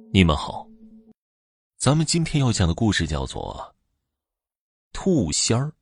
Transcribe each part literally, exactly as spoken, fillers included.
你们好，咱们今天要讲的故事叫做兔仙儿。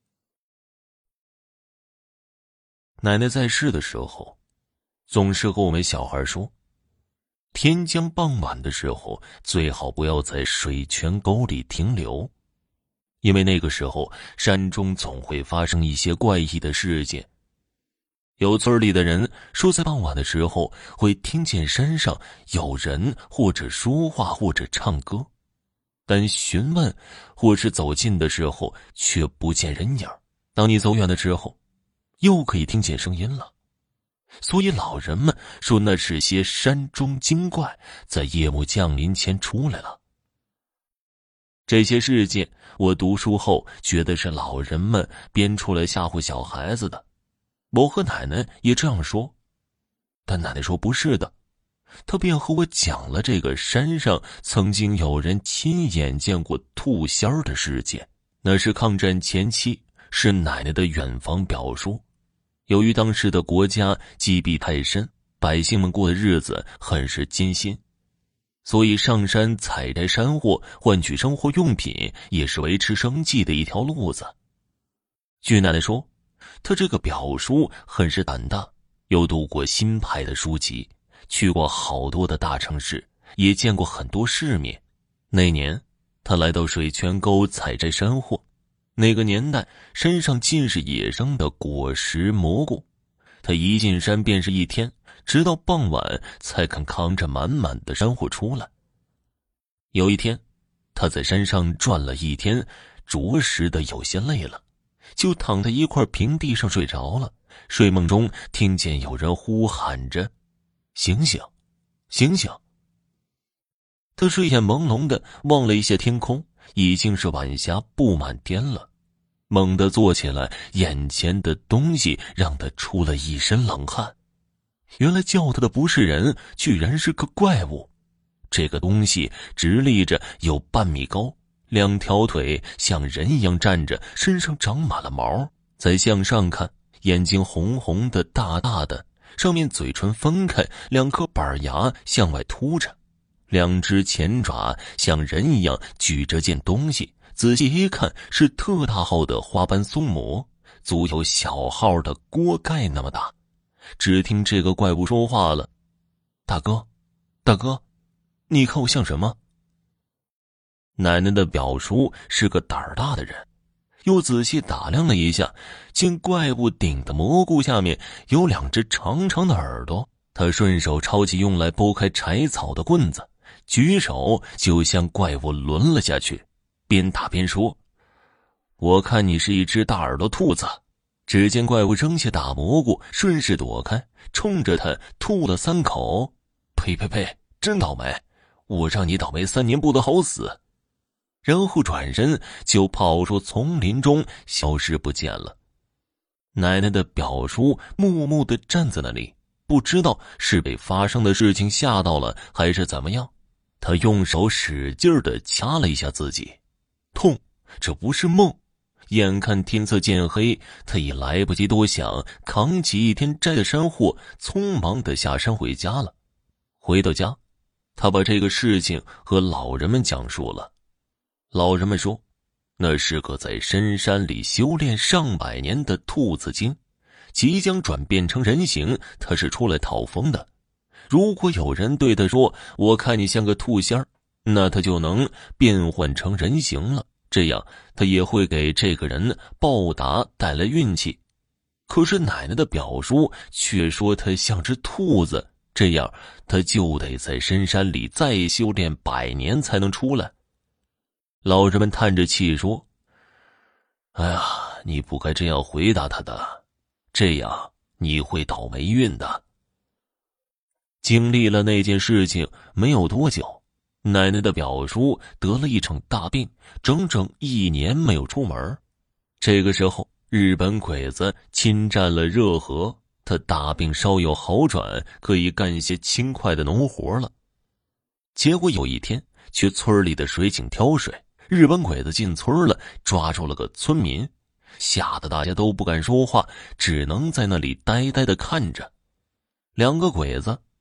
奶奶在世的时候，总是和我们小孩说，天将傍晚的时候，最好不要在水泉沟里停留，因为那个时候山中总会发生一些怪异的事件。有村里的人说，在傍晚的时候会听见山上有人或者说话或者唱歌，但询问或是走近的时候却不见人影。当你走远的时候，又可以听见声音了。所以老人们说，那是些山中精怪在夜幕降临前出来了。这些事件我读书后觉得是老人们编出来吓唬小孩子的，我和奶奶也这样说，但奶奶说不是的，她便和我讲了这个山上曾经有人亲眼见过兔仙儿的事件。那是抗战前期，是奶奶的远房表叔。由于当时的国家积弊太深，百姓们过的日子很是艰辛，所以上山采摘山货换取生活用品也是维持生计的一条路子。据奶奶说，他这个表叔很是胆大，又读过新派的书籍，去过好多的大城市，也见过很多世面。那年他来到水泉沟采摘山货，那个年代山上尽是野生的果实蘑菇，他一进山便是一天，直到傍晚才肯扛着满满的山货出来。有一天他在山上转了一天，着实的有些累了，就躺在一块平地上睡着了。睡梦中听见有人呼喊着，醒醒醒醒。他睡眼朦胧的望了一下天空，已经是晚霞布满天了。猛地坐起来，眼前的东西让他出了一身冷汗。原来叫他的不是人，居然是个怪物。这个东西直立着有半米高，两条腿像人一样站着，身上长满了毛。再向上看，眼睛红红的大大的，上面嘴唇分开，两颗板牙向外凸着，两只前爪像人一样举着件东西，仔细一看是特大号的花斑松蘑，足有小号的锅盖那么大。只听这个怪物说话了，大哥大哥，你看我像什么？奶奶的表叔是个胆儿大的人，又仔细打量了一下，见怪物顶的蘑菇下面有两只长长的耳朵，他顺手抄起用来剥开柴草的棍子，举手就向怪物抡了下去，边打边说，我看你是一只大耳朵兔子。只见怪物扔下大蘑菇，顺势躲开，冲着他吐了三口，呸呸呸，真倒霉，我让你倒霉三年不得好死。然后转身就跑出丛林中，消失不见了。奶奶的表叔默默地站在那里，不知道是被发生的事情吓到了还是怎么样。他用手使劲地掐了一下自己，痛，这不是梦。眼看天色渐黑，他已来不及多想，扛起一天摘的山货，匆忙地下山回家了。回到家，他把这个事情和老人们讲述了。老人们说，那是个在深山里修炼上百年的兔子精，即将转变成人形，他是出来讨风的。如果有人对他说，我看你像个兔仙儿，那他就能变换成人形了，这样他也会给这个人报答带来运气。可是奶奶的表叔却说他像只兔子，这样他就得在深山里再修炼百年才能出来。老人们叹着气说，哎呀，你不该这样回答他的，这样你会倒霉运的。经历了那件事情没有多久，奶奶的表叔得了一场大病，整整一年没有出门。这个时候日本鬼子侵占了热河，他大病稍有好转，可以干些轻快的农活了。结果有一天去村里的水井挑水，日本鬼子进村了，抓住了个村民，吓得大家都不敢说话，只能在那里呆呆地看着。两个鬼子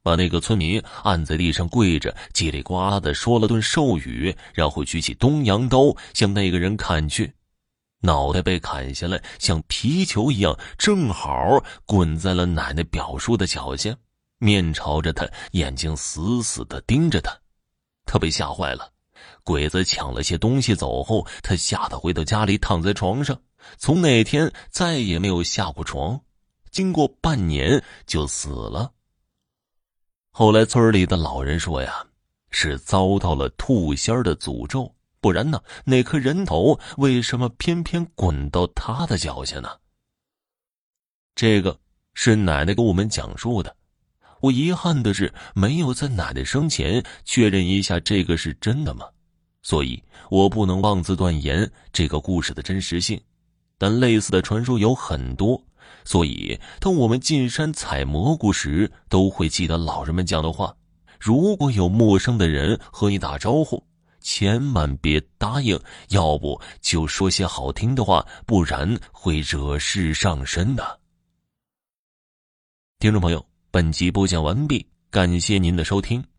把那个村民按在地上跪着，叽里呱啦的说了顿咒语，然后举起东洋刀向那个人砍去。脑袋被砍下来，像皮球一样，正好滚在了奶奶表叔的脚下，面朝着他，眼睛死死地盯着他。他被吓坏了。鬼子抢了些东西走后，他吓得回到家里躺在床上，从那天再也没有下过床，经过半年就死了。后来村里的老人说呀，是遭到了兔仙儿的诅咒，不然呢，那颗人头为什么偏偏滚到他的脚下呢？这个是奶奶给我们讲述的。我遗憾的是没有在奶奶生前确认一下这个是真的吗？所以我不能妄自断言这个故事的真实性。但类似的传说有很多，所以当我们进山采蘑菇时，都会记得老人们讲的话：如果有陌生的人和你打招呼，千万别答应，要不就说些好听的话，不然会惹事上身的。听众朋友，本集播讲完毕，感谢您的收听。